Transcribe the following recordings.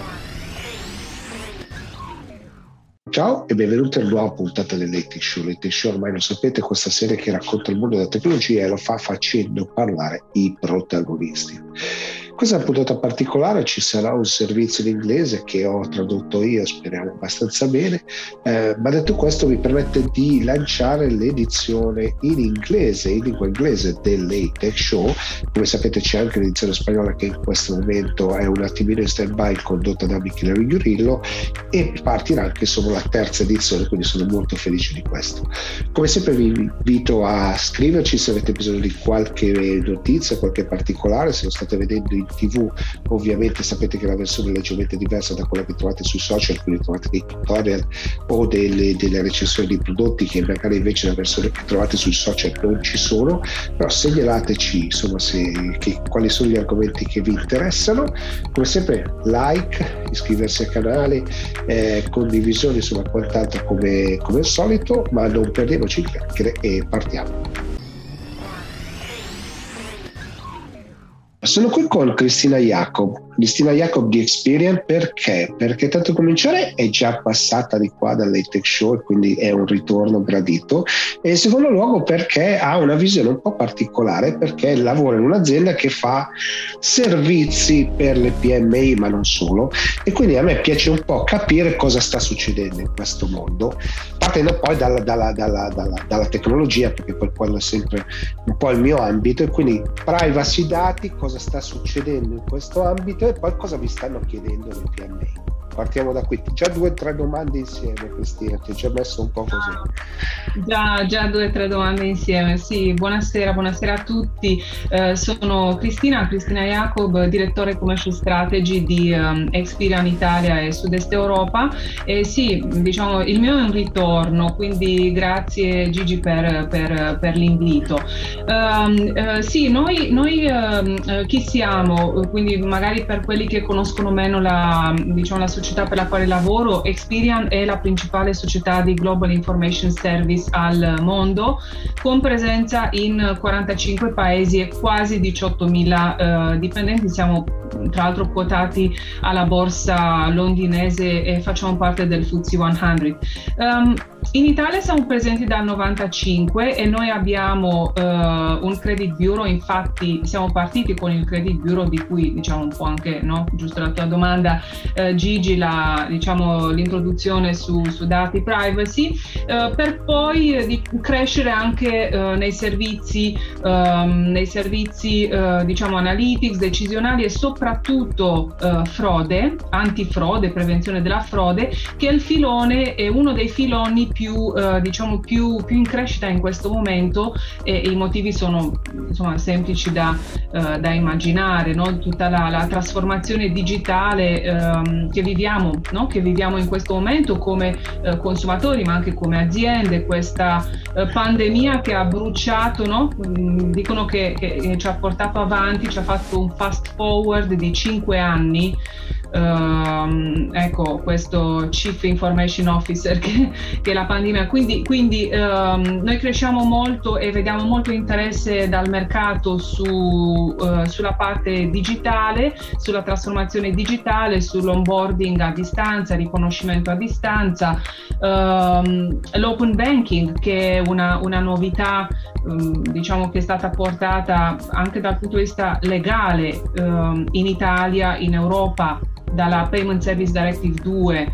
Ciao e benvenuti a una nuova puntata dell'Ethic Show. L'Ethic Show, ormai lo sapete, è questa serie che racconta il mondo della tecnologia e lo fa facendo parlare i protagonisti. Questa puntata particolare ci sarà un servizio in inglese che ho tradotto io, speriamo abbastanza bene, ma detto questo mi permette di lanciare l'edizione in inglese, in lingua inglese dell'Ethic Show. Come sapete c'è anche l'edizione spagnola che in questo momento è un attimino in stand-by, condotta da Michele Righirillo, e partirà anche solo la terza edizione, quindi sono molto felice di questo. Come sempre vi invito a scriverci se avete bisogno di qualche notizia, qualche particolare. Se lo state vedendo in TV, ovviamente sapete che la versione è leggermente diversa da quella che trovate sui social, quindi trovate dei tutorial o delle recensioni di prodotti che magari invece la versione che trovate sui social non ci sono, però segnalateci insomma quali sono gli argomenti che vi interessano. Come sempre like, iscriversi al canale, condivisione, insomma quant'altro come al solito, ma non perdiamoci in chiacchiere e partiamo. Sono qui con Cristina Jacob di Experian. Perché? Perché tanto cominciare è già passata di qua dall'Ethic Show e quindi è un ritorno gradito, e in secondo luogo perché ha una visione un po' particolare, perché lavora in un'azienda che fa servizi per le PMI ma non solo, e quindi a me piace un po' capire cosa sta succedendo in questo mondo, partendo poi dalla tecnologia, perché poi quello è sempre un po' il mio ambito, e quindi privacy, dati, cosa sta succedendo in questo ambito e poi cosa vi stanno chiedendo le PMI. Partiamo da qui. Già 2 o 3 domande insieme, Cristina, ti ho già messo un po' così. Già 2 o 3 domande insieme. Sì, buonasera a tutti. Sono Cristina Jacob, direttore Commercial Strategy di Experian Italia e Sud-Est Europa. E sì, diciamo, il mio è un ritorno, quindi grazie Gigi per l'invito. Sì, noi chi siamo? Quindi magari per quelli che conoscono meno la società per la quale lavoro, Experian è la principale società di Global Information Service al mondo, con presenza in 45 paesi e quasi 18.000 dipendenti. Siamo tra l'altro quotati alla borsa londinese e facciamo parte del FTSE 100. In Italia siamo presenti dal 95 e noi abbiamo un credit bureau. Infatti siamo partiti con il credit bureau, di cui diciamo un po' anche, no? Giusto la tua domanda, Gigi, l'introduzione su dati privacy, per poi crescere anche nei servizi diciamo analytics, decisionali e soprattutto frode, antifrode, prevenzione della frode, che è il filone, è uno dei filoni più in crescita in questo momento, e i motivi sono insomma semplici da immaginare, no? Tutta la trasformazione digitale che viviamo in questo momento come consumatori ma anche come aziende, questa pandemia che ha bruciato, no? Dicono che ci ha portato avanti, ci ha fatto un fast forward di 5 anni. Ecco, questo Chief Information Officer che è la pandemia, quindi noi cresciamo molto e vediamo molto interesse dal mercato sulla parte digitale, sulla trasformazione digitale, sull'onboarding a distanza, riconoscimento a distanza, l'open banking, che è una novità diciamo che è stata portata anche dal punto di vista legale in Italia, in Europa, dalla Payment Service Directive 2.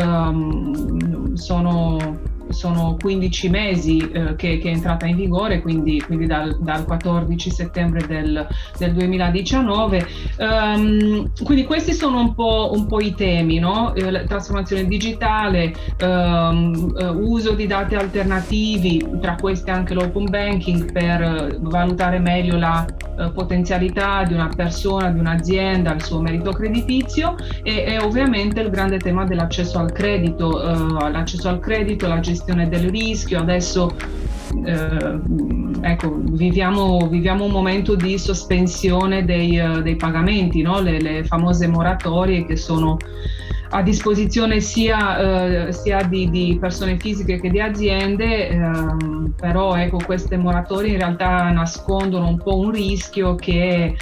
Sono 15 mesi che è entrata in vigore, quindi dal 14 settembre del 2019. Quindi questi sono un po' i temi, no? Trasformazione digitale, uso di dati alternativi, tra questi anche l'open banking, per valutare meglio la potenzialità di una persona, di un'azienda, il suo merito creditizio, e ovviamente il grande tema dell'accesso al credito, la gestione del rischio. Adesso ecco, viviamo un momento di sospensione dei pagamenti, no? Le famose moratorie che sono a disposizione sia di persone fisiche che di aziende, però ecco, queste moratorie in realtà nascondono un po' un rischio che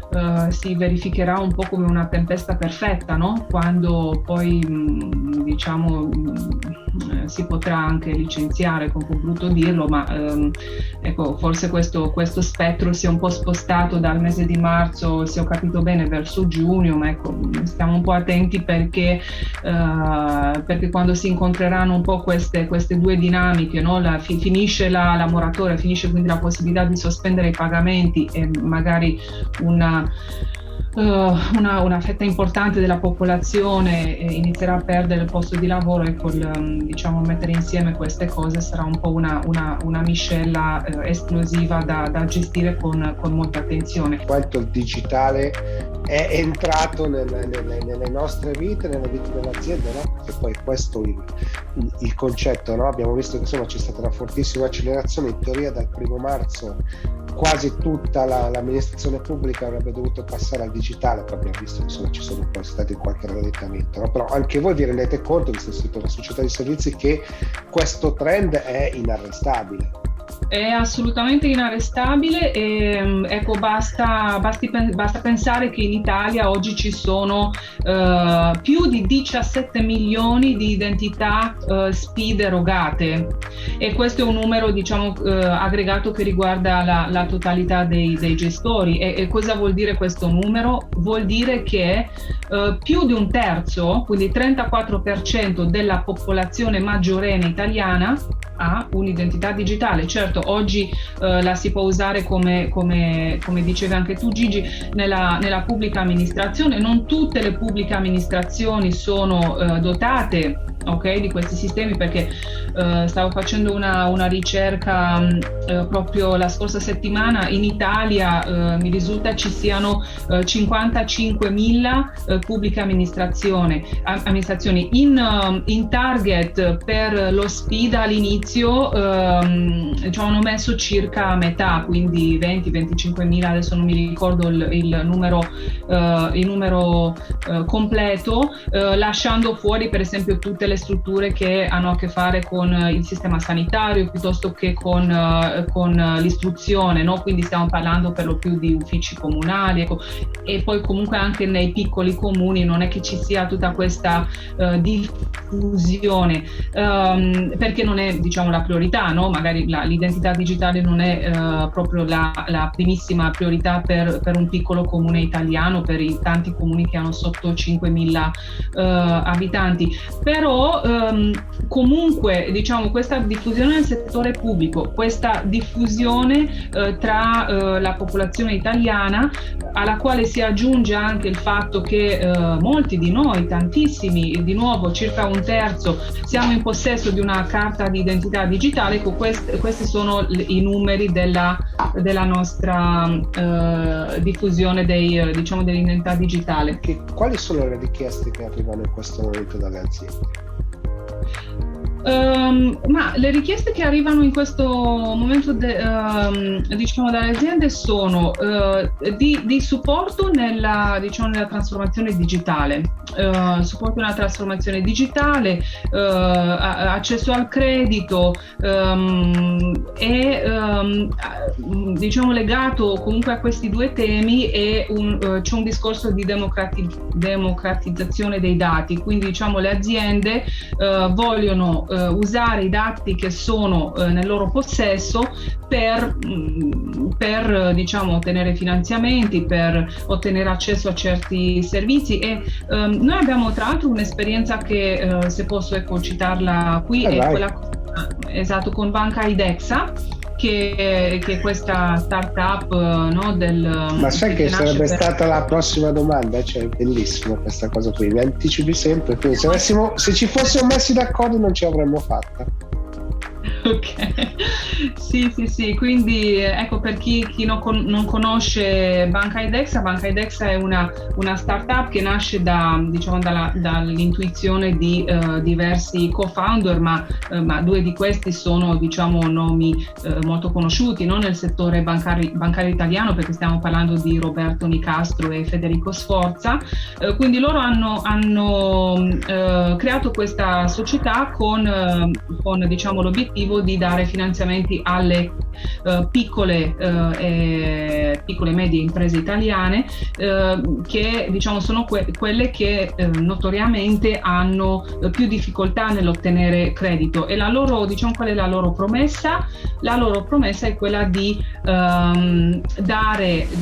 si verificherà un po' come una tempesta perfetta, no? Quando poi diciamo si potrà anche licenziare, è un po' brutto dirlo, ma ecco, forse questo spettro si è un po' spostato dal mese di marzo, se ho capito bene, verso giugno, ma ecco, stiamo un po' attenti perché quando si incontreranno un po' queste due dinamiche, no? Finisce la moratoria, finisce quindi la possibilità di sospendere i pagamenti e magari una fetta importante della popolazione inizierà a perdere il posto di lavoro, ecco, diciamo, mettere insieme queste cose sarà un po' una miscela esplosiva da gestire con molta attenzione. Quanto il digitale è entrato nelle nostre vite, nelle vite dell'azienda, no? E poi questo il concetto, no? Abbiamo visto che insomma c'è stata una fortissima accelerazione, in teoria dal 1° marzo quasi tutta l'amministrazione pubblica avrebbe dovuto passare al digitale, poi abbiamo visto che insomma ci sono poi stati qualche rallentamento, no? Però anche voi vi rendete conto, visto che siete una società di servizi, che questo trend è inarrestabile. È assolutamente inarrestabile e ecco, basta pensare che in Italia oggi ci sono più di 17 milioni di identità SPID erogate, e questo è un numero, diciamo, aggregato che riguarda la totalità dei gestori. E cosa vuol dire questo numero? Vuol dire che più di un terzo, quindi 34% della popolazione maggiorenne italiana ha un'identità digitale. Certo, oggi la si può usare come dicevi anche tu, Gigi, nella pubblica amministrazione. Non tutte le pubbliche amministrazioni sono dotate, ok, di questi sistemi, perché stavo facendo una ricerca proprio la scorsa settimana. In Italia mi risulta ci siano 55.000 pubbliche amministrazioni. In target per lo SPID all'inizio diciamo, hanno messo circa metà, quindi 20-25.000, adesso non mi ricordo il numero completo, lasciando fuori per esempio tutte le strutture che hanno a che fare con il sistema sanitario piuttosto che con l'istruzione, no? Quindi stiamo parlando per lo più di uffici comunali, ecco. E poi comunque anche nei piccoli comuni non è che ci sia tutta questa diffusione, perché non è, diciamo, la priorità, no? Magari l'identità digitale non è proprio la primissima priorità per un piccolo comune italiano, per i tanti comuni che hanno sotto 5.000 abitanti. Però comunque, diciamo, questa diffusione nel settore pubblico, questa diffusione tra la popolazione italiana, alla quale si aggiunge anche il fatto che molti di noi, tantissimi, di nuovo circa un terzo, siamo in possesso di una carta di identità digitale. Questi sono i numeri della nostra diffusione dell'identità digitale. Quali sono le richieste che arrivano in questo momento dalle aziende? Ma le richieste che arrivano in questo momento diciamo dalle aziende sono di supporto nella trasformazione digitale, accesso al credito, e diciamo legato comunque a questi due temi c'è un discorso di democratizzazione dei dati, quindi diciamo le aziende vogliono usare i dati che sono nel loro possesso per diciamo ottenere finanziamenti, per ottenere accesso a certi servizi. E noi abbiamo tra l'altro un'esperienza che se posso citarla qui, è quella esatto con Banca IDEXA, che è questa startup, no, ma sai che sarebbe stata la prossima domanda, cioè bellissima questa cosa qui, mi anticipi sempre, quindi se ci fossimo messi d'accordo non ci avremmo fatta. Ok, sì, quindi ecco, per chi non conosce Banca IDEXA è una startup che nasce dall'intuizione di diversi co-founder, ma due di questi sono, diciamo, nomi molto conosciuti, no? Nel settore bancario italiano, perché stiamo parlando di Roberto Nicastro e Federico Sforza. Quindi loro hanno creato questa società con diciamo l'obiettivo l'obiettivo di dare finanziamenti alle piccole e medie imprese italiane, che diciamo sono quelle che notoriamente hanno più difficoltà nell'ottenere credito. E la loro, diciamo, qual è la loro promessa? La loro promessa è quella di dare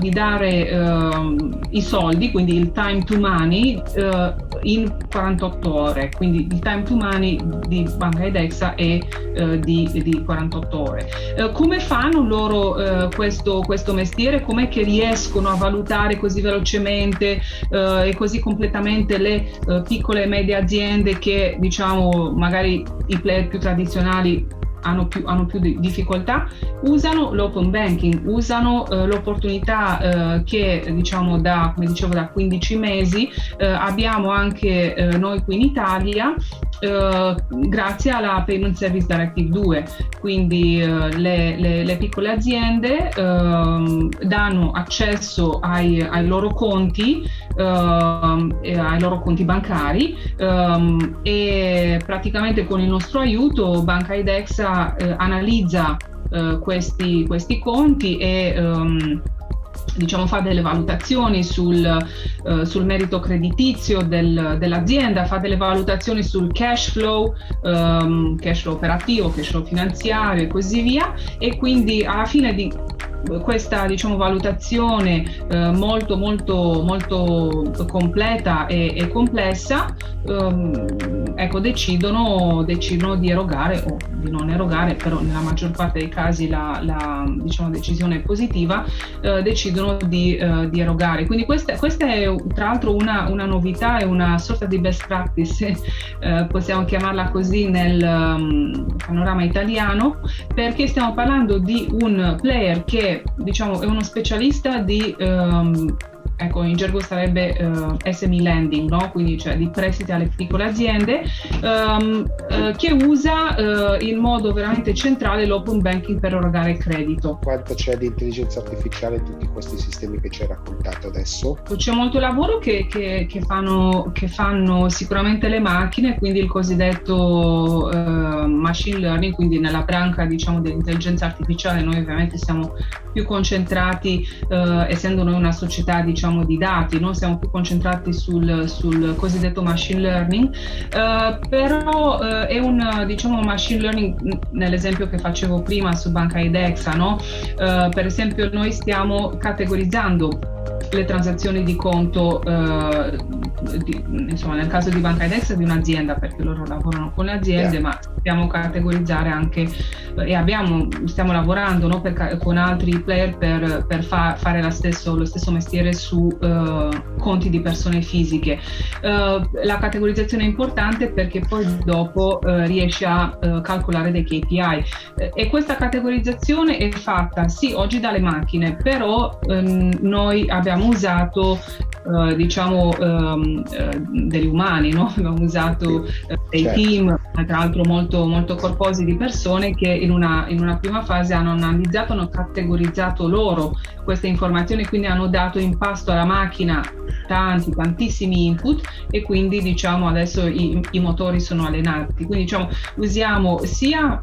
i soldi, quindi il time to money, in 48 ore. Quindi il time to money di Banca IDEXA è di 48 ore. Come fanno loro questo mestiere? Com'è che riescono a valutare così velocemente e così completamente le piccole e medie aziende che, diciamo, magari i player più tradizionali hanno più difficoltà? Usano l'open banking, usano l'opportunità che, diciamo, come dicevo, da 15 mesi abbiamo anche noi qui in Italia, grazie alla Payment Service Directive 2. Quindi le piccole aziende danno accesso ai loro conti, ai loro conti bancari, e praticamente con il nostro aiuto Banca IDEXA analizza questi conti e diciamo fa delle valutazioni sul merito creditizio dell'azienda, fa delle valutazioni sul cash flow operativo, cash flow finanziario e così via. E quindi alla fine di questa, diciamo, valutazione molto completa e complessa, ecco, decidono di erogare o di non erogare, però nella maggior parte dei casi la diciamo, decisione è positiva, decidono di erogare. Quindi questa è tra l'altro una novità, è una sorta di best practice, possiamo chiamarla così, nel panorama italiano, perché stiamo parlando di un player che, diciamo, è uno specialista di ecco, in gergo sarebbe SME lending, no? Quindi, cioè, di prestiti alle piccole aziende, che usa in modo veramente centrale l'open banking per erogare credito. Quanto c'è di intelligenza artificiale in tutti questi sistemi che ci hai raccontato adesso? C'è molto lavoro che fanno sicuramente le macchine, quindi il cosiddetto machine learning. Quindi nella branca, diciamo, dell'intelligenza artificiale noi ovviamente siamo più concentrati, essendo noi una società, diciamo, di dati, no? Siamo più concentrati sul cosiddetto machine learning, però è un, diciamo, machine learning nell'esempio che facevo prima su Banca IDEXA, no? Per esempio noi stiamo categorizzando le transazioni di conto, insomma, nel caso di Banca IDEXA di un'azienda, perché loro lavorano con le aziende, ma dobbiamo categorizzare anche e stiamo lavorando, no, con altri player per fare lo stesso mestiere su conti di persone fisiche. La categorizzazione è importante perché poi dopo riesci a calcolare dei KPI, e questa categorizzazione è fatta sì oggi dalle macchine, però noi abbiamo usato diciamo degli umani, no? Abbiamo usato dei team, tra l'altro molto corposi, di persone che in una prima fase hanno analizzato, hanno categorizzato loro queste informazioni, quindi hanno dato in pasto alla macchina tantissimi input, e quindi, diciamo, adesso i motori sono allenati. Quindi, diciamo, usiamo sia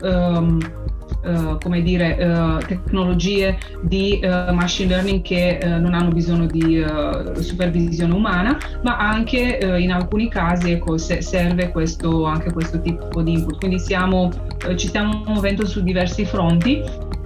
come dire, tecnologie di machine learning che non hanno bisogno di supervisione umana, ma anche in alcuni casi, ecco, serve anche questo tipo di input. Quindi ci stiamo muovendo su diversi fronti.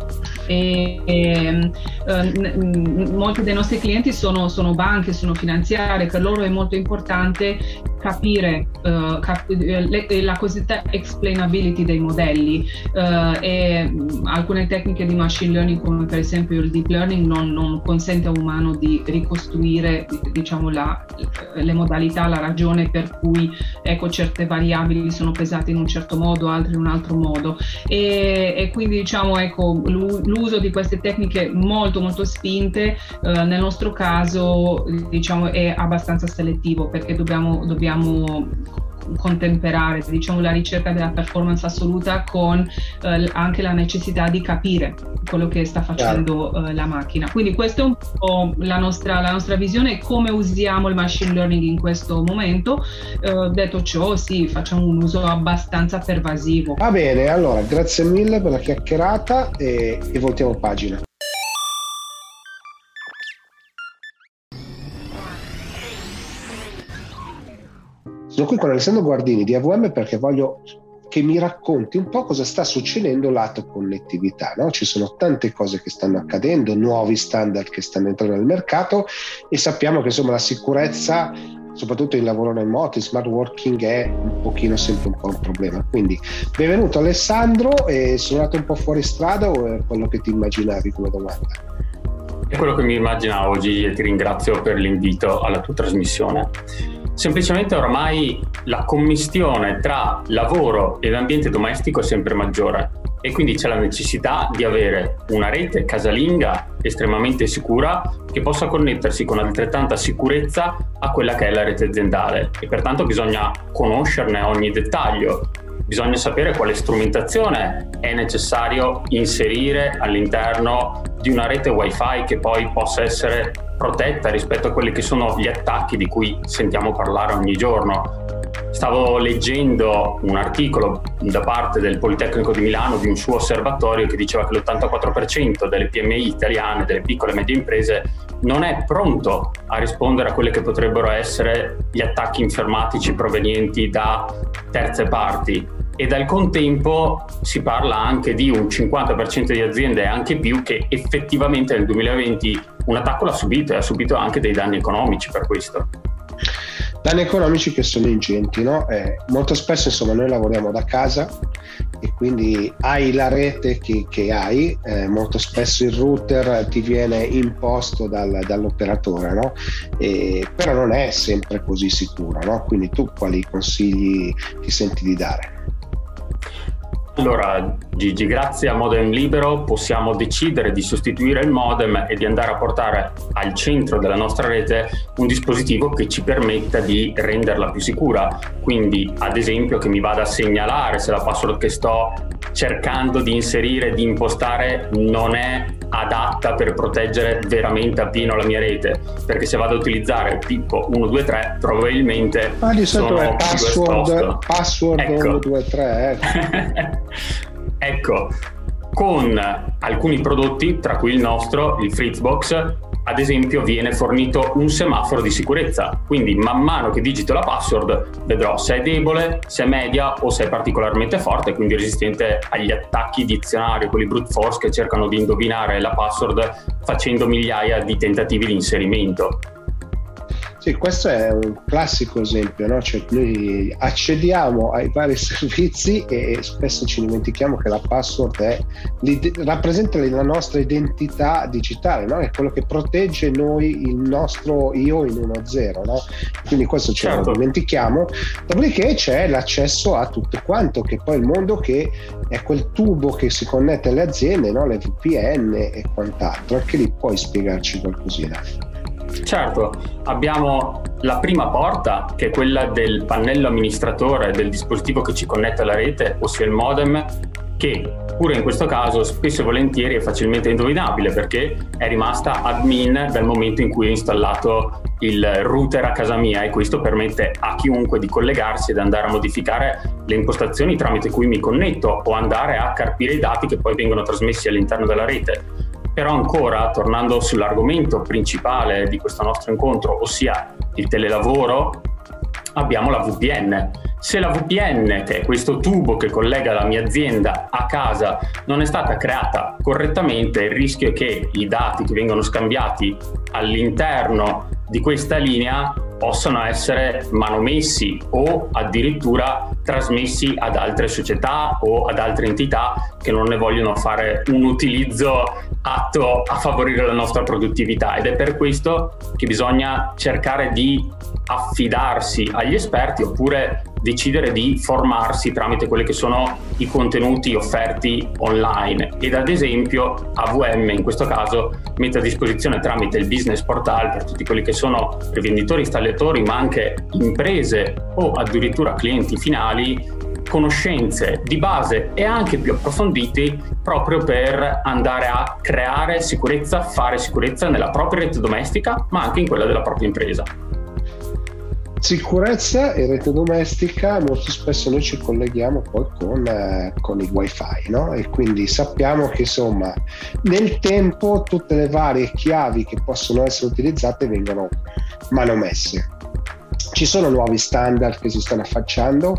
Molti dei nostri clienti sono banche, sono finanziarie. Per loro è molto importante capire la cosiddetta explainability dei modelli, e alcune tecniche di machine learning, come per esempio il deep learning, non consente a un umano di ricostruire, diciamo, le modalità, la ragione per cui, ecco, certe variabili sono pesate in un certo modo, altre in un altro modo, e quindi, diciamo, ecco, l'uso di queste tecniche molto spinte nel nostro caso, diciamo, è abbastanza selettivo, perché dobbiamo contemperare, diciamo, la ricerca della performance assoluta con anche la necessità di capire quello che sta facendo la macchina. Quindi questa è un po' la nostra visione e come usiamo il machine learning in questo momento. Detto ciò, sì, facciamo un uso abbastanza pervasivo. Va bene, allora grazie mille per la chiacchierata e voltiamo pagina. Sono qui con Alessandro Guardini di AVM perché voglio che mi racconti un po' cosa sta succedendo lato connettività, no? Ci sono tante cose che stanno accadendo, nuovi standard che stanno entrando nel mercato e sappiamo che insomma la sicurezza, soprattutto il lavoro remoto, il smart working è un pochino sempre un po' un problema. Quindi benvenuto Alessandro, e sono andato un po' fuori strada o è quello che ti immaginavi come domanda? È quello che mi immaginavo, Gigi, e ti ringrazio per l'invito alla tua trasmissione. Semplicemente oramai la commistione tra lavoro ed ambiente domestico è sempre maggiore e quindi c'è la necessità di avere una rete casalinga estremamente sicura che possa connettersi con altrettanta sicurezza a quella che è la rete aziendale, e pertanto bisogna conoscerne ogni dettaglio. Bisogna sapere quale strumentazione è necessario inserire all'interno di una rete wifi che poi possa essere protetta rispetto a quelli che sono gli attacchi di cui sentiamo parlare ogni giorno. Stavo leggendo un articolo da parte del Politecnico di Milano di un suo osservatorio che diceva che l'84% delle PMI italiane, delle piccole e medie imprese, non è pronto a rispondere a quelli che potrebbero essere gli attacchi informatici provenienti da terze parti. E dal contempo si parla anche di un 50% di aziende e anche più che effettivamente nel 2020 un attacco l'ha subito e ha subito anche dei danni economici per questo. Danni economici che sono ingenti, no? Molto spesso insomma noi lavoriamo da casa e quindi hai la rete che hai, molto spesso il router ti viene imposto dall'operatore, no? Però non è sempre così sicuro, no? Quindi tu quali consigli ti senti di dare? Allora Gigi, grazie a Modem Libero possiamo decidere di sostituire il modem e di andare a portare al centro della nostra rete un dispositivo che ci permetta di renderla più sicura. Quindi ad esempio che mi vada a segnalare se la password che sto cercando di inserire, di impostare, non è adatta per proteggere veramente appieno la mia rete, perché se vado a utilizzare Pippo 123 probabilmente di solito è password ecco. 123 Ecco, con alcuni prodotti, tra cui il nostro, il Fritzbox, ad esempio viene fornito un semaforo di sicurezza, quindi man mano che digito la password vedrò se è debole, se è media o se è particolarmente forte, quindi resistente agli attacchi dizionario, quelli brute force che cercano di indovinare la password facendo migliaia di tentativi di inserimento. Sì, questo è un classico esempio, no? Cioè noi accediamo ai vari servizi e spesso ci dimentichiamo che la password rappresenta la nostra identità digitale, no? È quello che protegge noi, il nostro io in 1-0, no? Quindi questo ce lo dimentichiamo. Dopodiché c'è l'accesso a tutto quanto, che poi il mondo che è quel tubo che si connette alle aziende, no? Le VPN e quant'altro. Anche lì puoi spiegarci qualcosina? Certo, abbiamo la prima porta che è quella del pannello amministratore del dispositivo che ci connette alla rete, ossia il modem, che pure in questo caso spesso e volentieri è facilmente indovinabile perché è rimasta admin dal momento in cui ho installato il router a casa mia, e questo permette a chiunque di collegarsi ed andare a modificare le impostazioni tramite cui mi connetto o andare a carpire i dati che poi vengono trasmessi all'interno della rete. Però ancora, tornando sull'argomento principale di questo nostro incontro, ossia il telelavoro, abbiamo la VPN. Se la VPN, che è questo tubo che collega la mia azienda a casa, non è stata creata correttamente, il rischio è che i dati che vengono scambiati all'interno di questa linea possano essere manomessi o addirittura trasmessi ad altre società o ad altre entità che non ne vogliono fare un utilizzo atto a favorire la nostra produttività, ed è per questo che bisogna cercare di affidarsi agli esperti oppure decidere di formarsi tramite quelli che sono i contenuti offerti online. Ed ad esempio AVM in questo caso mette a disposizione tramite il business portal per tutti quelli che sono rivenditori, installatori, ma anche imprese o addirittura clienti finali, conoscenze di base e anche più approfonditi proprio per andare a creare sicurezza, fare sicurezza nella propria rete domestica ma anche in quella della propria impresa. Sicurezza e rete domestica, molto spesso noi ci colleghiamo poi con il wifi, no? E quindi sappiamo che insomma nel tempo tutte le varie chiavi che possono essere utilizzate vengono manomesse. Ci sono nuovi standard che si stanno affacciando?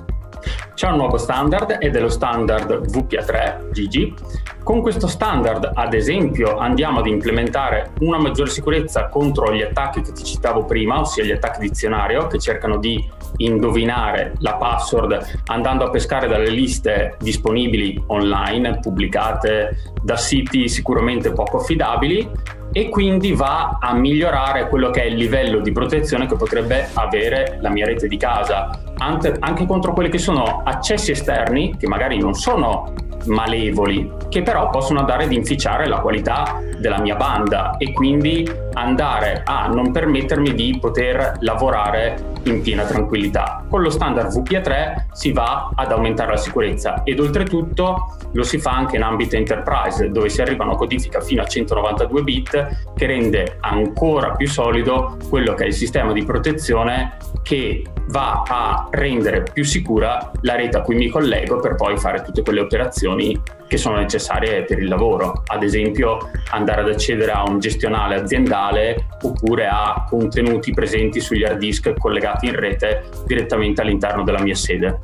C'è un nuovo standard ed è lo standard WPA3 GG. Con questo standard, ad esempio, andiamo ad implementare una maggiore sicurezza contro gli attacchi che ti citavo prima, ossia gli attacchi dizionario che cercano di indovinare la password andando a pescare dalle liste disponibili online, pubblicate da siti sicuramente poco affidabili, e quindi va a migliorare quello che è il livello di protezione che potrebbe avere la mia rete di casa, anche contro quelli che sono accessi esterni che magari non sono malevoli, che però possono andare ad inficiare la qualità della mia banda e quindi andare a non permettermi di poter lavorare in piena tranquillità. Con lo standard WPA3 si va ad aumentare la sicurezza ed oltretutto lo si fa anche in ambito enterprise, dove si arriva a una codifica fino a 192 bit che rende ancora più solido quello che è il sistema di protezione che va a rendere più sicura la rete a cui mi collego per poi fare tutte quelle operazioni che sono necessarie per il lavoro, ad esempio andare ad accedere a un gestionale aziendale oppure a contenuti presenti sugli hard disk collegati in rete direttamente all'interno della mia sede.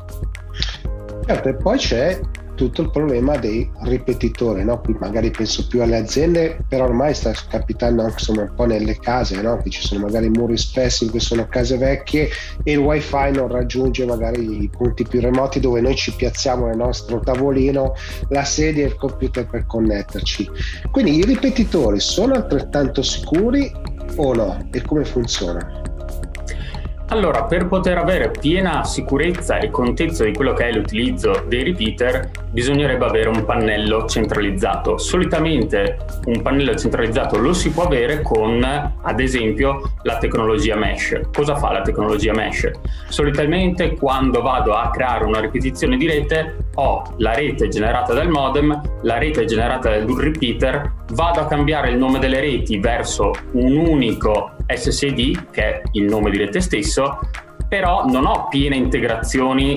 Certo, e poi c'è tutto il problema dei ripetitori, no? Qui magari penso più alle aziende, però ormai sta capitando anche insomma un po' nelle case, no? Che ci sono magari muri spessi che sono case vecchie e il wifi non raggiunge magari i punti più remoti dove noi ci piazziamo nel nostro tavolino, la sedia e il computer per connetterci. Quindi i ripetitori sono altrettanto sicuri o no? E come funziona? Allora, per poter avere piena sicurezza e contezza di quello che è l'utilizzo dei repeater, bisognerebbe avere un pannello centralizzato. Solitamente un pannello centralizzato lo si può avere con, ad esempio, la tecnologia mesh. Cosa fa la tecnologia mesh? Solitamente quando vado a creare una ripetizione di rete, ho la rete generata dal modem, la rete generata dal repeater, vado a cambiare il nome delle reti verso un unico SSID, che è il nome di rete stesso, però non ho piena integrazione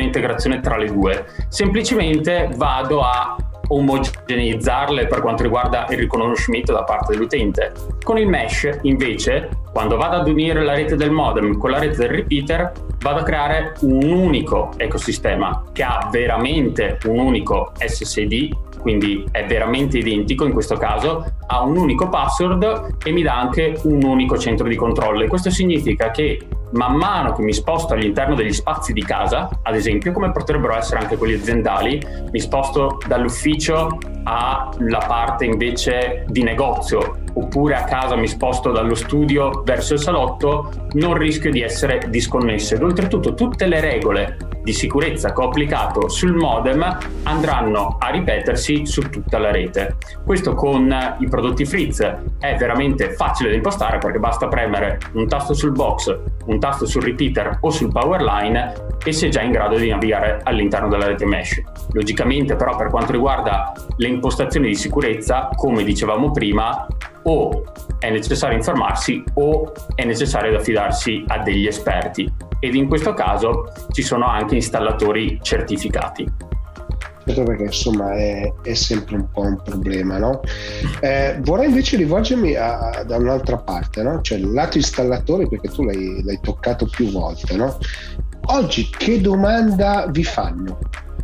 tra le due, semplicemente vado a omogeneizzarle per quanto riguarda il riconoscimento da parte dell'utente. Con il mesh invece, quando vado ad unire la rete del modem con la rete del repeater, vado a creare un unico ecosistema che ha veramente un unico SSID, quindi è veramente identico in questo caso, ha un unico password e mi dà anche un unico centro di controllo. E questo significa che man mano che mi sposto all'interno degli spazi di casa, ad esempio, come potrebbero essere anche quelli aziendali, mi sposto dall'ufficio alla parte invece di negozio, oppure a casa mi sposto dallo studio verso il salotto, non rischio di essere disconnesso. Ed oltretutto tutte le regole di sicurezza che ho applicato sul modem andranno a ripetersi su tutta la rete. Questo con i prodotti Fritz è veramente facile da impostare, perché basta premere un tasto sul box, un tasto sul repeater o sul powerline e si è già in grado di navigare all'interno della rete mesh. Logicamente però, per quanto riguarda le impostazioni di sicurezza, come dicevamo prima, o è necessario informarsi o è necessario affidarsi a degli esperti, ed in questo caso ci sono anche installatori certificati. Certo, perché insomma è sempre un po' un problema, no? Vorrei invece rivolgermi da un'altra parte, no? Cioè il lato installatori, perché tu l'hai toccato più volte, no? Oggi che domanda vi fanno?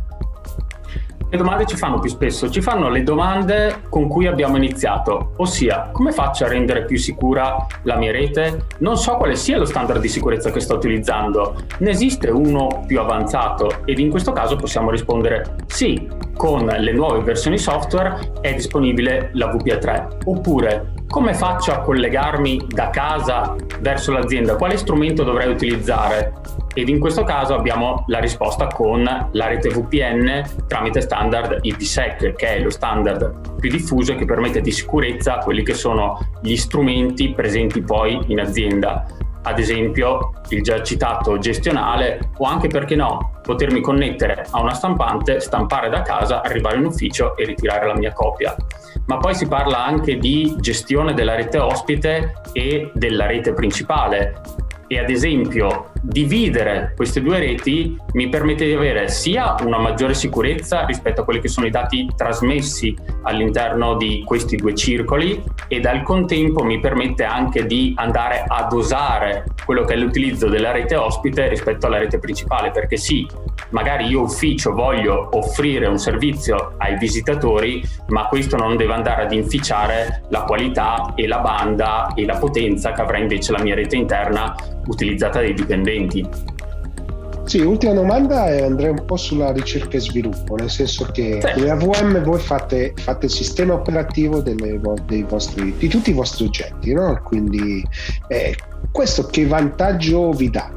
Le domande ci fanno più spesso, ci fanno le domande con cui abbiamo iniziato, ossia: come faccio a rendere più sicura la mia rete? Non so quale sia lo standard di sicurezza che sto utilizzando, ne esiste uno più avanzato? Ed in questo caso possiamo rispondere sì, con le nuove versioni software è disponibile la WPA3, oppure come faccio a collegarmi da casa verso l'azienda? Quale strumento dovrei utilizzare? Ed in questo caso abbiamo la risposta con la rete VPN tramite standard IPsec, che è lo standard più diffuso e che permette di sicurezza quelli che sono gli strumenti presenti poi in azienda. Ad esempio il già citato gestionale, o anche, perché no, potermi connettere a una stampante, stampare da casa, arrivare in ufficio e ritirare la mia copia. Ma poi si parla anche di gestione della rete ospite e della rete principale. E ad esempio dividere queste due reti mi permette di avere sia una maggiore sicurezza rispetto a quelli che sono i dati trasmessi all'interno di questi due circoli, ed al contempo mi permette anche di andare a dosare quello che è l'utilizzo della rete ospite rispetto alla rete principale, perché sì, magari io ufficio voglio offrire un servizio ai visitatori, ma questo non deve andare ad inficiare la qualità e la banda e la potenza che avrà invece la mia rete interna utilizzata dai dipendenti. Sì, ultima domanda, e andrei un po' sulla ricerca e sviluppo, nel senso che come AVM voi fate il sistema operativo di tutti i vostri oggetti, no? Quindi questo che vantaggio vi dà?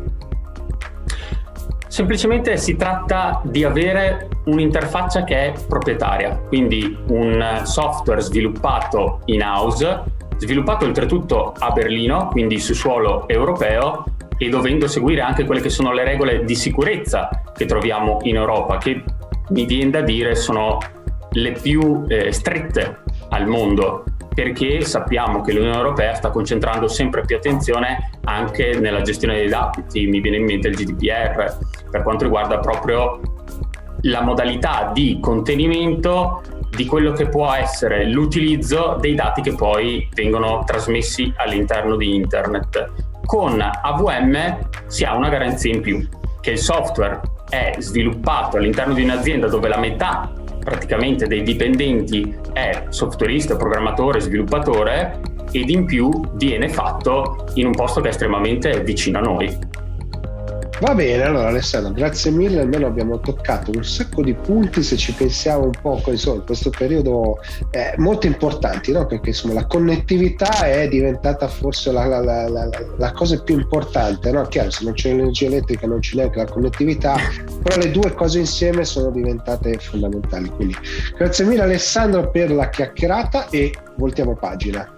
Semplicemente si tratta di avere un'interfaccia che è proprietaria, quindi un software sviluppato in-house, sviluppato oltretutto a Berlino, quindi su suolo europeo, e dovendo seguire anche quelle che sono le regole di sicurezza che troviamo in Europa, che mi viene da dire sono le più strette al mondo, perché sappiamo che l'Unione Europea sta concentrando sempre più attenzione anche nella gestione dei dati. Mi viene in mente il GDPR per quanto riguarda proprio la modalità di contenimento di quello che può essere l'utilizzo dei dati che poi vengono trasmessi all'interno di internet. Con AVM si ha una garanzia in più, che il software è sviluppato all'interno di un'azienda dove la metà praticamente dei dipendenti è softwareista, programmatore, sviluppatore, ed in più viene fatto in un posto che è estremamente vicino a noi. Va bene, allora Alessandro, grazie mille, almeno abbiamo toccato un sacco di punti, se ci pensiamo un po', insomma, in questo periodo molto importanti, no? Perché insomma la connettività è diventata forse la cosa più importante, no? Chiaro, se non c'è l'energia elettrica non c'è neanche la connettività, però le due cose insieme sono diventate fondamentali. Quindi grazie mille Alessandro per la chiacchierata e voltiamo pagina.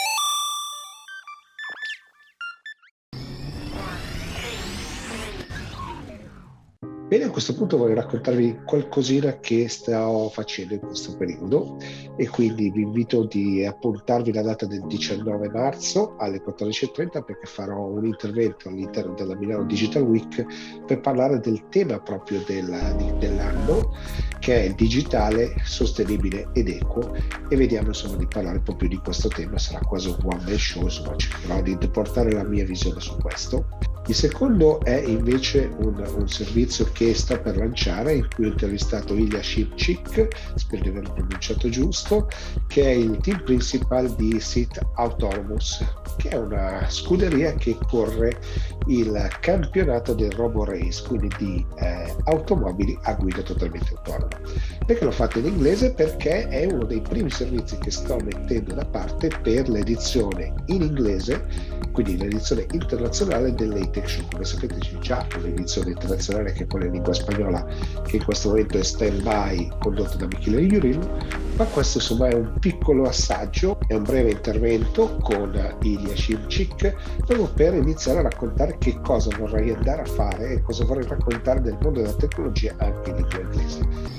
Bene, a questo punto voglio raccontarvi qualcosina che sto facendo in questo periodo, e quindi vi invito di appuntarvi la data del 19 marzo alle 14:30 perché farò un intervento all'interno della Milano Digital Week per parlare del tema proprio dell'anno, che è il digitale, sostenibile ed equo, e vediamo insomma di parlare proprio di questo tema. Sarà quasi un one man show, insomma cercherò di portare la mia visione su questo. Il secondo è invece un servizio che sto per lanciare, in cui ho intervistato Ilya Shimczyk, spero di averlo pronunciato giusto, che è il team principal di Seat Autonomous, che è una scuderia che corre il campionato del Robo Race, quindi di automobili a guida totalmente autonoma. Perché l'ho fatto in inglese? Perché è uno dei primi servizi che sto mettendo da parte per l'edizione in inglese, quindi l'edizione internazionale dell'ATEC Show. Come sapete c'è già un'edizione internazionale che è quella in lingua spagnola, che in questo momento è stand-by, condotta da Michele Iuril, ma questo insomma è un piccolo assaggio, è un breve intervento con Ilya Shimczyk proprio per iniziare a raccontare che cosa vorrei andare a fare e cosa vorrei raccontare del mondo della tecnologia anche in lingua inglese.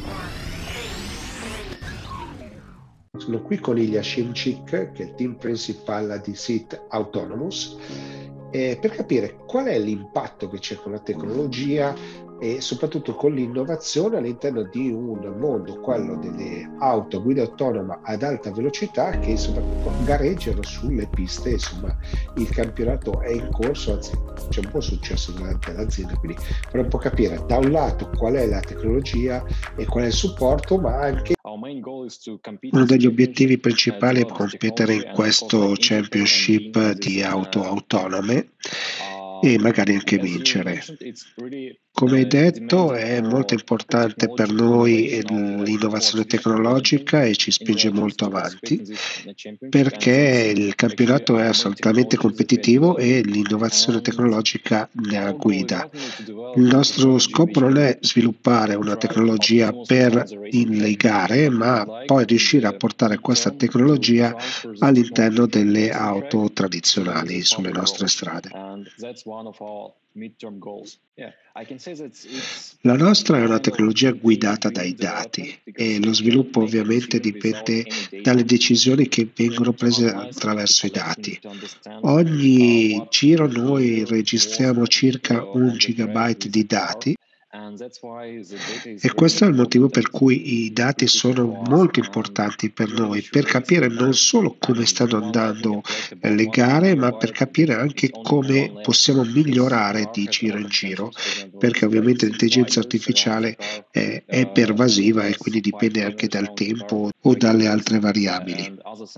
Sono qui con Ilya Shimczyk, che è il team principal di Seat Autonomous, per capire qual è l'impatto che c'è con la tecnologia e soprattutto con l'innovazione all'interno di un mondo, quello delle auto a guida autonoma ad alta velocità, che insomma gareggiano sulle piste. Insomma il campionato è in corso, anzi c'è un po' successo durante l'azienda, quindi vorrei un po' capire da un lato qual è la tecnologia e qual è il supporto, ma anche uno degli obiettivi principali è competere in questo championship di auto autonome e magari anche vincere. Come hai detto, è molto importante per noi l'innovazione tecnologica e ci spinge molto avanti perché il campionato è assolutamente competitivo e l'innovazione tecnologica ne guida. Il nostro scopo non è sviluppare una tecnologia per le gare, ma poi riuscire a portare questa tecnologia all'interno delle auto tradizionali sulle nostre strade. La nostra è una tecnologia guidata dai dati e lo sviluppo ovviamente dipende dalle decisioni che vengono prese attraverso i dati. Ogni giro noi registriamo circa 1 gigabyte di dati e questo è il motivo per cui i dati sono molto importanti per noi, per capire non solo come stanno andando le gare, ma per capire anche come possiamo migliorare di giro in giro, perché ovviamente l'intelligenza artificiale è pervasiva e quindi dipende anche dal tempo o dalle altre variabili.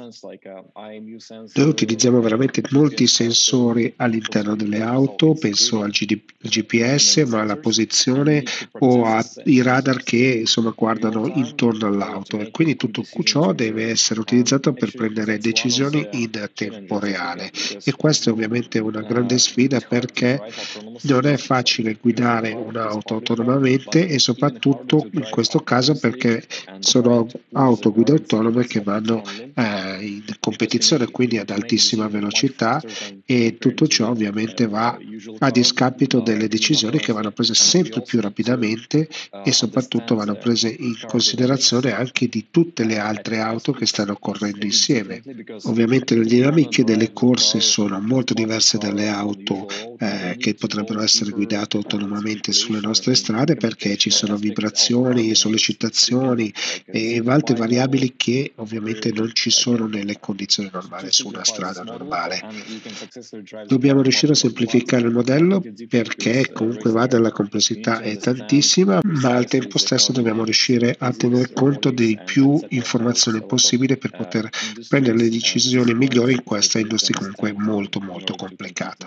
Noi utilizziamo veramente molti sensori all'interno delle auto, penso al GPS, ma alla posizione o ai radar che insomma guardano intorno all'auto, e quindi tutto ciò deve essere utilizzato per prendere decisioni in tempo reale, e questa è ovviamente una grande sfida perché non è facile guidare un'auto autonomamente, e soprattutto in questo caso perché sono auto guida autonome che vanno in competizione, quindi ad altissima velocità, e tutto ciò ovviamente va a discapito delle decisioni che vanno prese sempre più rapidamente e soprattutto vanno prese in considerazione anche di tutte le altre auto che stanno correndo insieme. Ovviamente le dinamiche delle corse sono molto diverse dalle auto che potrebbero essere guidate autonomamente sulle nostre strade, perché ci sono vibrazioni, sollecitazioni e altre variabili che ovviamente non ci sono nelle condizioni normali su una strada normale. Dobbiamo riuscire a semplificare il modello perché comunque la complessità è tantissima, ma al tempo stesso dobbiamo riuscire a tener conto di più informazioni possibili per poter prendere le decisioni migliori in questa industria comunque molto molto complicata.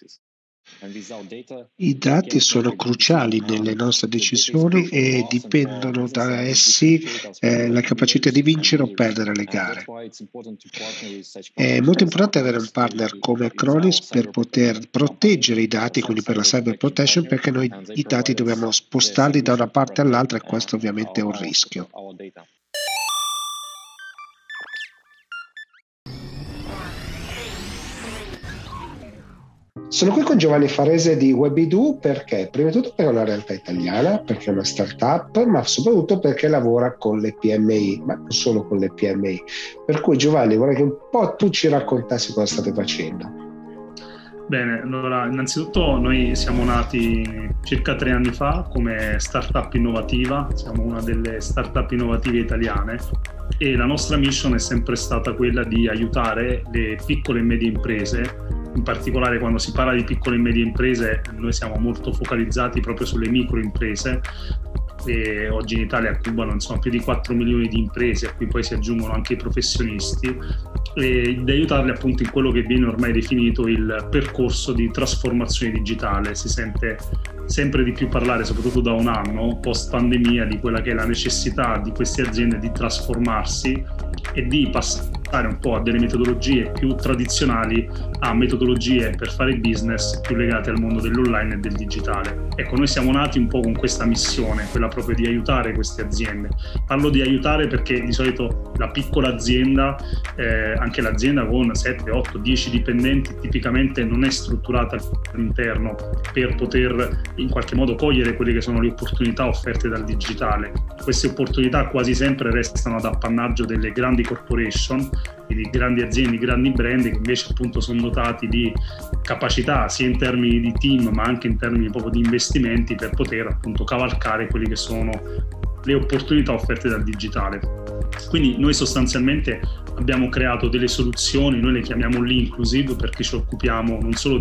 I dati sono cruciali nelle nostre decisioni e dipendono da essi la capacità di vincere o perdere le gare. È molto importante avere un partner come Acronis per poter proteggere i dati, quindi per la cyber protection, perché noi i dati dobbiamo spostarli da una parte all'altra e questo ovviamente è un rischio. Sono qui con Giovanni Farese di Webidu perché, prima di tutto, perché è una realtà italiana, perché è una startup, ma soprattutto perché lavora con le PMI, ma non solo con le PMI. Per cui, Giovanni, vorrei che un po' tu ci raccontassi cosa state facendo. Bene, allora innanzitutto noi siamo nati circa 3 anni fa come startup innovativa, siamo una delle startup innovative italiane e la nostra mission è sempre stata quella di aiutare le piccole e medie imprese. In particolare quando si parla di piccole e medie imprese noi siamo molto focalizzati proprio sulle microimprese, e oggi in Italia cubano più di 4 milioni di imprese, a cui poi si aggiungono anche i professionisti, e di aiutarli appunto in quello che viene ormai definito il percorso di trasformazione digitale. Si sente sempre di più parlare, soprattutto da un anno post pandemia, di quella che è la necessità di queste aziende di trasformarsi e di passare un po' a delle metodologie più tradizionali a metodologie per fare business più legate al mondo dell'online e del digitale. Ecco, noi siamo nati un po' con questa missione, quella proprio di aiutare queste aziende. Parlo di aiutare perché di solito la piccola azienda, anche l'azienda con 7, 8, 10 dipendenti, tipicamente non è strutturata all'interno per poter in qualche modo cogliere quelle che sono le opportunità offerte dal digitale. Queste opportunità quasi sempre restano ad appannaggio delle grandi corporation, di grandi aziende, grandi brand, che invece appunto sono dotati di capacità sia in termini di team ma anche in termini proprio di investimenti per poter appunto cavalcare quelle che sono le opportunità offerte dal digitale. Quindi noi sostanzialmente abbiamo creato delle soluzioni, noi le chiamiamo l'inclusive perché ci occupiamo non solo di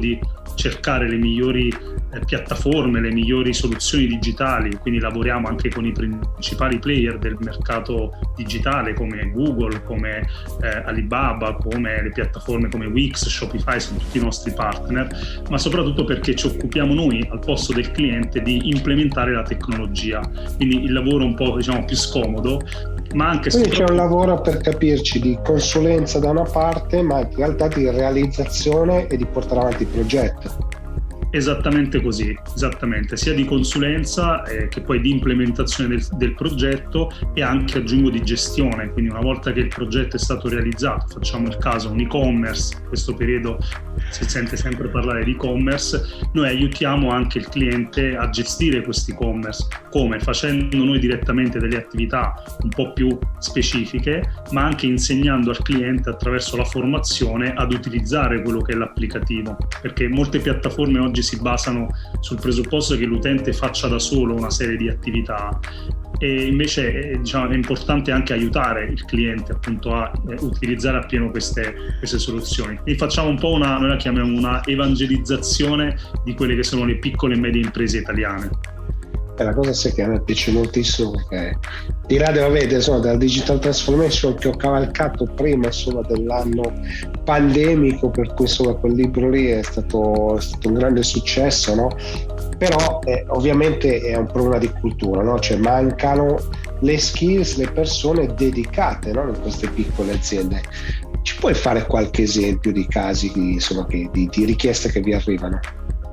cercare le migliori piattaforme, le migliori soluzioni digitali, quindi lavoriamo anche con i principali player del mercato digitale come Google, come Alibaba, come le piattaforme come Wix, Shopify, sono tutti i nostri partner, ma soprattutto perché ci occupiamo noi al posto del cliente di implementare la tecnologia, quindi il lavoro un po' diciamo più scomodo, ma anche quindi c'è un lavoro, per capirci, di consulenza da una parte, ma in realtà di realizzazione e di portare avanti il progetto. Esattamente così, esattamente, sia di consulenza che poi di implementazione del progetto, e anche, aggiungo, di gestione. Quindi una volta che il progetto è stato realizzato, facciamo il caso un e-commerce, in questo periodo si sente sempre parlare di e-commerce, noi aiutiamo anche il cliente a gestire questo e-commerce, come? Facendo noi direttamente delle attività un po' più specifiche, ma anche insegnando al cliente attraverso la formazione ad utilizzare quello che è l'applicativo, perché molte piattaforme oggi si basano sul presupposto che l'utente faccia da solo una serie di attività, e invece diciamo, è importante anche aiutare il cliente appunto a utilizzare appieno queste soluzioni. E facciamo un po' noi la chiamiamo una evangelizzazione di quelle che sono le piccole e medie imprese italiane. La cosa sì che a me piace moltissimo, perché di là della digital transformation che ho cavalcato prima insomma dell'anno pandemico, per cui insomma quel libro lì è stato un grande successo, no? Però ovviamente è un problema di cultura, no? Cioè mancano le skills, le persone dedicate, no? In queste piccole aziende. Ci puoi fare qualche esempio di casi di richieste che vi arrivano?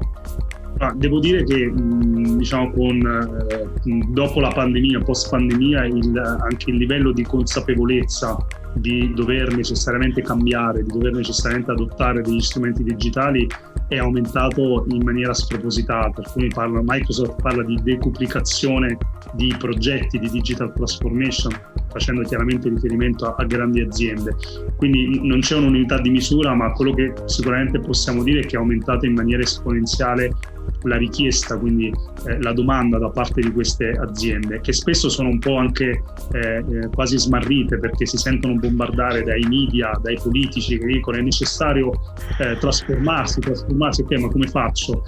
Devo dire che diciamo dopo la pandemia, post pandemia, anche il livello di consapevolezza di dover necessariamente cambiare, di dover necessariamente adottare degli strumenti digitali è aumentato in maniera spropositata, per cui Microsoft parla di decuplicazione di progetti di digital transformation, facendo chiaramente riferimento a grandi aziende. Quindi non c'è un'unità di misura, ma quello che sicuramente possiamo dire è che è aumentata in maniera esponenziale la richiesta, quindi la domanda da parte di queste aziende, che spesso sono un po' anche quasi smarrite, perché si sentono bombardare dai media, dai politici che dicono è necessario trasformarsi, ok, ma come faccio?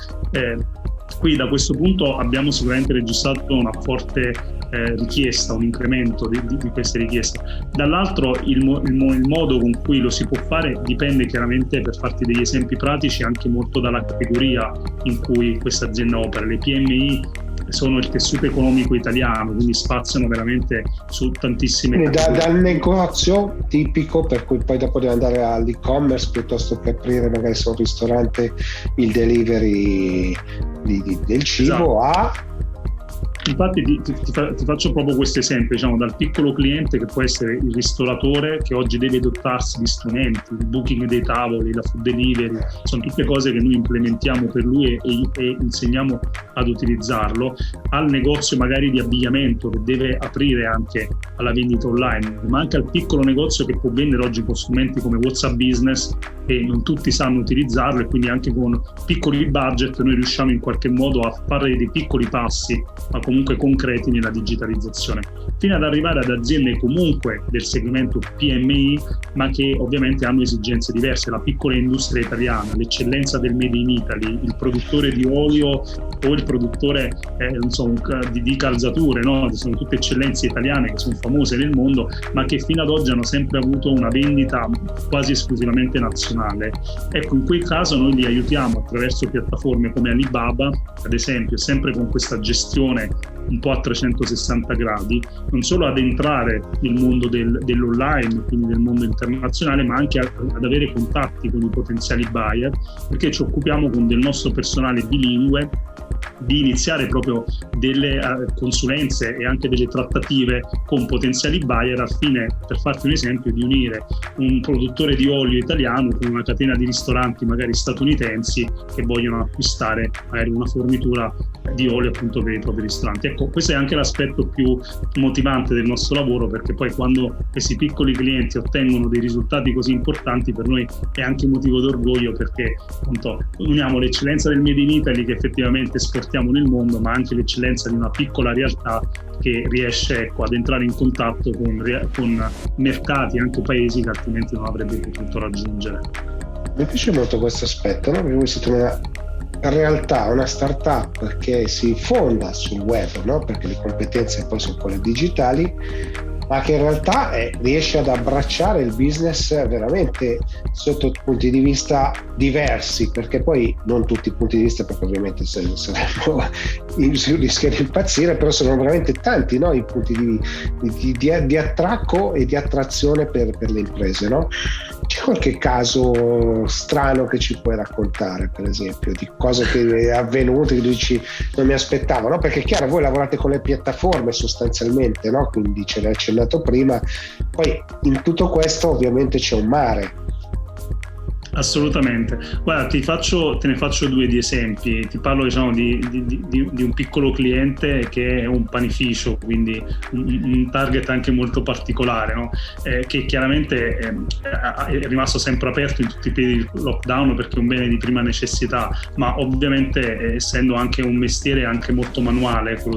Qui da questo punto abbiamo sicuramente registrato una forte richiesta, un incremento di queste richieste. Dall'altro il modo con cui lo si può fare dipende chiaramente, per farti degli esempi pratici, anche molto dalla categoria in cui questa azienda opera. Le PMI sono il tessuto economico italiano, quindi spaziano veramente su tantissime dal negozio tipico, per cui poi dopo devi andare all'e-commerce piuttosto che aprire magari su un ristorante il delivery del cibo, esatto. Infatti ti faccio proprio questo esempio, diciamo, dal piccolo cliente che può essere il ristoratore, che oggi deve dotarsi di strumenti, il booking dei tavoli, la food delivery, sono tutte cose che noi implementiamo per lui e insegniamo ad utilizzarlo, al negozio magari di abbigliamento che deve aprire anche alla vendita online, ma anche al piccolo negozio che può vendere oggi con strumenti come WhatsApp Business, e non tutti sanno utilizzarlo, e quindi anche con piccoli budget noi riusciamo in qualche modo a fare dei piccoli passi, ma comunque concreti nella digitalizzazione, fino ad arrivare ad aziende comunque del segmento PMI, ma che ovviamente hanno esigenze diverse. La piccola industria italiana, l'eccellenza del Made in Italy, il produttore di olio o il produttore di calzature, no? Sono tutte eccellenze italiane che sono famose nel mondo, ma che fino ad oggi hanno sempre avuto una vendita quasi esclusivamente nazionale. Ecco, in quel caso noi li aiutiamo attraverso piattaforme come Alibaba, ad esempio, sempre con questa gestione un po' a 360 gradi, non solo ad entrare nel mondo dell'online, quindi nel mondo internazionale, ma anche ad avere contatti con i potenziali buyer, perché ci occupiamo con del nostro personale bilingue di iniziare proprio delle consulenze e anche delle trattative con potenziali buyer, al fine, per farti un esempio, di unire un produttore di olio italiano con una catena di ristoranti magari statunitensi che vogliono acquistare magari una fornitura di olio appunto per i propri ristoranti. Ecco, questo è anche l'aspetto più motivante del nostro lavoro, perché poi quando questi piccoli clienti ottengono dei risultati così importanti, per noi è anche motivo d'orgoglio, perché appunto uniamo l'eccellenza del Made in Italy che effettivamente esportiamo nel mondo, ma anche l'eccellenza di una piccola realtà che riesce ad entrare in contatto con mercati, anche paesi che altrimenti non avrebbe potuto raggiungere. Mi piace molto questo aspetto, no? Perché voi siete realtà una startup che si fonda sul web, no? Perché le competenze poi sono quelle digitali, ma che in realtà riesce ad abbracciare il business veramente sotto punti di vista diversi, perché poi non tutti i punti di vista, perché ovviamente si rischia di impazzire, però sono veramente tanti, no? I punti di attracco e di attrazione per le imprese, no? C'è qualche caso strano che ci puoi raccontare, per esempio, di cose che è avvenute che dici non mi aspettavo, no? Perché è chiaro, voi lavorate con le piattaforme sostanzialmente, no? Quindi ce l'hai accennato prima, poi in tutto questo ovviamente c'è un mare. Assolutamente. Guarda, te ne faccio due di esempi. Ti parlo, diciamo, di un piccolo cliente che è un panificio, quindi un target anche molto particolare, no? Che chiaramente è rimasto sempre aperto in tutti i periodi di lockdown perché è un bene di prima necessità, ma ovviamente essendo anche un mestiere anche molto manuale, quello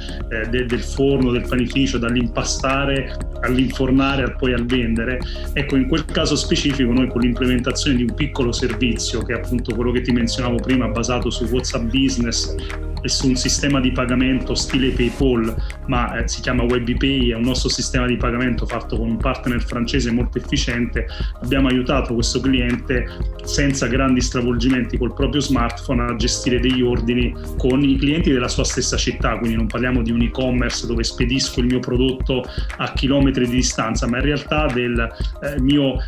del forno, del panificio, dall'impastare all'infornare poi al vendere. Ecco, in quel caso specifico noi con l'implementazione di un piccolo servizio, che è appunto quello che ti menzionavo prima, basato su WhatsApp Business e su un sistema di pagamento stile PayPal, ma si chiama WebPay, è un nostro sistema di pagamento fatto con un partner francese molto efficiente. Abbiamo aiutato questo cliente senza grandi stravolgimenti col proprio smartphone a gestire degli ordini con i clienti della sua stessa città, quindi non parliamo di un e-commerce dove spedisco il mio prodotto a chilometri di distanza, ma in realtà del mio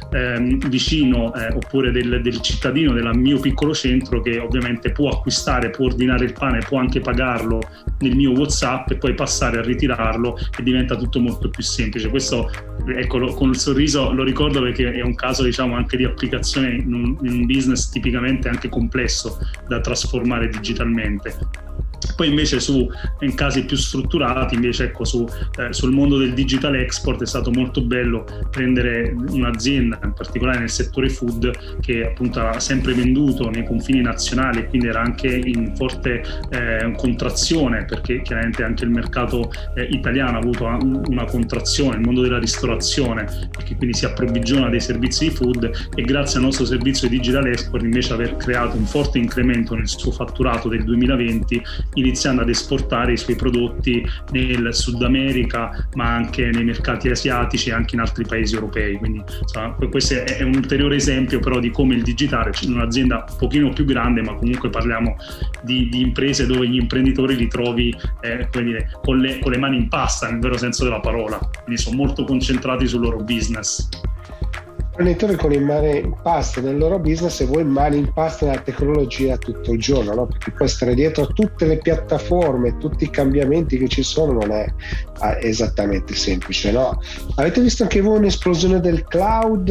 vicino oppure del cittadino del mio piccolo centro, che ovviamente può acquistare, può ordinare il pane, può anche pagarlo nel mio WhatsApp e poi passare a ritirarlo, e diventa tutto molto più semplice. Questo, ecco, con il sorriso lo ricordo perché è un caso, diciamo, anche di applicazione in un business tipicamente anche complesso da trasformare digitalmente. Poi invece in casi più strutturati, invece, ecco, sul mondo del digital export è stato molto bello prendere un'azienda, in particolare nel settore food, che appunto ha sempre venduto nei confini nazionali e quindi era anche in forte contrazione, perché chiaramente anche il mercato italiano ha avuto una contrazione, il mondo della ristorazione, perché quindi si approvvigiona dei servizi di food, e grazie al nostro servizio di digital export invece aver creato un forte incremento nel suo fatturato del 2020, iniziando ad esportare i suoi prodotti nel Sud America, ma anche nei mercati asiatici e anche in altri paesi europei. Quindi insomma, questo è un ulteriore esempio però di come il digitale, in un'azienda un pochino più grande, ma comunque parliamo di imprese dove gli imprenditori li trovi come dire, con le mani in pasta, nel vero senso della parola, quindi sono molto concentrati sul loro business. Imprenditori con il mani in pasta nel loro business, e voi mani in pasta nella tecnologia tutto il giorno, no? Perché poi stare dietro a tutte le piattaforme, tutti i cambiamenti che ci sono non è esattamente semplice, no? Avete visto anche voi un'esplosione del cloud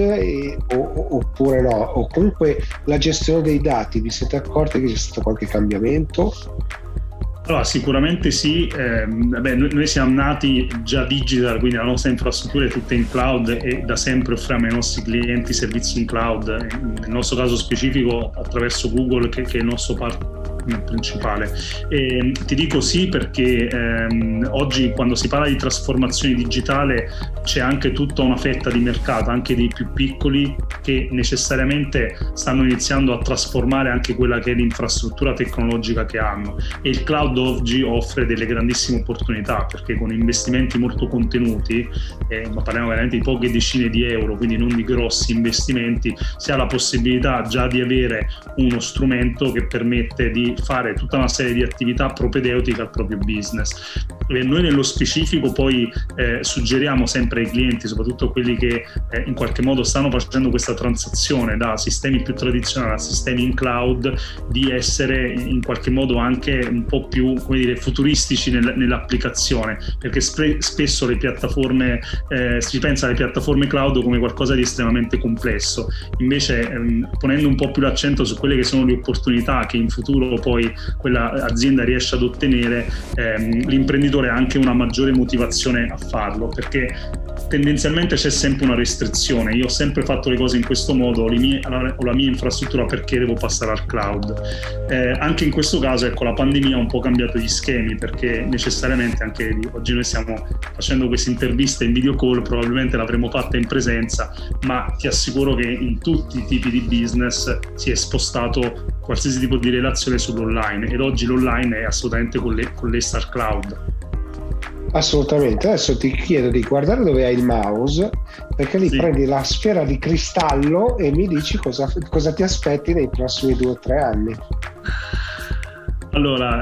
oppure no? O comunque la gestione dei dati, vi siete accorti che c'è stato qualche cambiamento? Allora, sicuramente sì, noi siamo nati già digital, quindi la nostra infrastruttura è tutta in cloud e da sempre offriamo ai nostri clienti servizi in cloud, nel nostro caso specifico attraverso Google, che è il nostro partner principale. E ti dico sì perché oggi quando si parla di trasformazione digitale c'è anche tutta una fetta di mercato, anche dei più piccoli, che necessariamente stanno iniziando a trasformare anche quella che è l'infrastruttura tecnologica che hanno, e il cloud oggi offre delle grandissime opportunità, perché con investimenti molto contenuti, ma parliamo veramente di poche decine di euro, quindi non di grossi investimenti, si ha la possibilità già di avere uno strumento che permette di fare tutta una serie di attività propedeutiche al proprio business. E noi nello specifico poi suggeriamo sempre ai clienti, soprattutto quelli che in qualche modo stanno facendo questa transazione da sistemi più tradizionali a sistemi in cloud, di essere in qualche modo anche un po' più, come dire, futuristici nell'applicazione, perché spesso le piattaforme si pensa alle piattaforme cloud come qualcosa di estremamente complesso, invece ponendo un po' più l'accento su quelle che sono le opportunità che in futuro poi quella azienda riesce ad ottenere, l'imprenditore ha anche una maggiore motivazione a farlo, perché tendenzialmente c'è sempre una restrizione. Io ho sempre fatto le cose in questo modo, ho la mia infrastruttura, perché devo passare al cloud? Anche in questo caso, ecco, la pandemia ha un po' cambiato gli schemi, perché necessariamente anche oggi noi stiamo facendo queste interviste in video call, probabilmente l'avremmo fatta in presenza, ma ti assicuro che in tutti i tipi di business si è spostato qualsiasi tipo di relazione sull'online, ed oggi l'online è assolutamente con l'Star Cloud. Assolutamente. Adesso ti chiedo di guardare dove hai il mouse, perché lì Sì. prendi la sfera di cristallo e mi dici cosa ti aspetti nei prossimi 2 o 3 anni. Allora,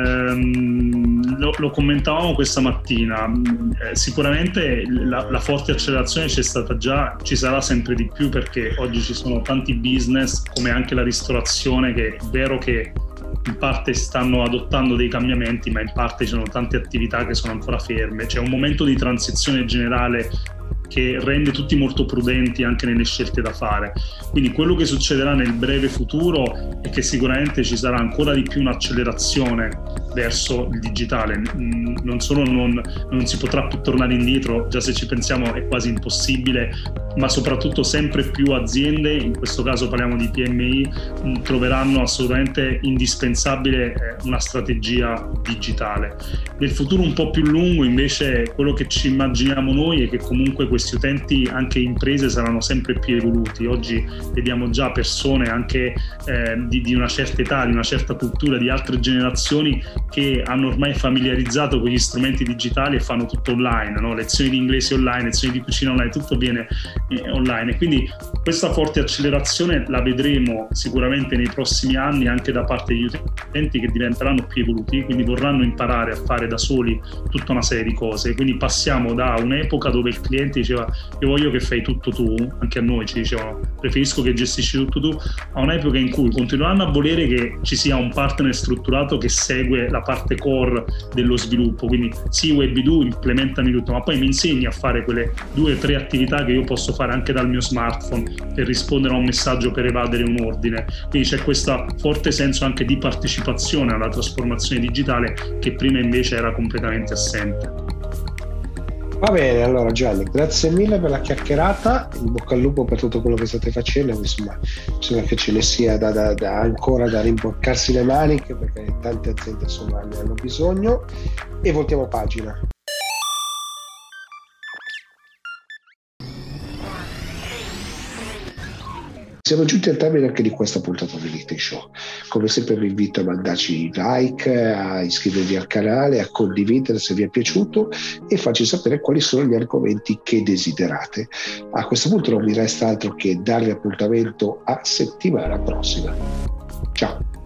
lo commentavamo questa mattina, sicuramente la forte accelerazione c'è stata già, ci sarà sempre di più, perché oggi ci sono tanti business, come anche la ristorazione, che è vero che in parte stanno adottando dei cambiamenti, ma in parte ci sono tante attività che sono ancora ferme. C'è un momento di transizione generale che rende tutti molto prudenti anche nelle scelte da fare. Quindi quello che succederà nel breve futuro è che sicuramente ci sarà ancora di più un'accelerazione verso il digitale. Non solo non si potrà più tornare indietro, già se ci pensiamo è quasi impossibile, ma soprattutto sempre più aziende, in questo caso parliamo di PMI, troveranno assolutamente indispensabile una strategia digitale. Nel futuro un po' più lungo invece quello che ci immaginiamo noi è che comunque questi utenti, anche imprese, saranno sempre più evoluti. Oggi vediamo già persone anche di una certa età, di una certa cultura, di altre generazioni, che hanno ormai familiarizzato con gli strumenti digitali e fanno tutto online, no? Lezioni di inglese online, lezioni di cucina online, tutto viene online. E quindi questa forte accelerazione la vedremo sicuramente nei prossimi anni anche da parte degli utenti, che diventeranno più evoluti, quindi vorranno imparare a fare da soli tutta una serie di cose. Quindi passiamo da un'epoca dove il cliente diceva io voglio che fai tutto tu, anche a noi ci dicevano preferisco che gestisci tutto tu, a un'epoca in cui continueranno a volere che ci sia un partner strutturato che segue la parte core dello sviluppo, quindi sì, WebID, implementami tutto, ma poi mi insegni a fare quelle 2 o 3 attività che io posso fare anche dal mio smartphone per rispondere a un messaggio, per evadere un ordine. Quindi c'è questo forte senso anche di partecipazione alla trasformazione digitale che prima invece era completamente assente. Va bene, allora Gianni, grazie mille per la chiacchierata, in bocca al lupo per tutto quello che state facendo, insomma bisogna che ce ne sia ancora da rimboccarsi le maniche, perché tante aziende insomma ne hanno bisogno, e voltiamo pagina. Siamo giunti al termine anche di questa puntata del LinkedIn Show. Come sempre vi invito a mandarci like, a iscrivervi al canale, a condividere se vi è piaciuto e farci sapere quali sono gli argomenti che desiderate. A questo punto non mi resta altro che darvi appuntamento a settimana prossima. Ciao!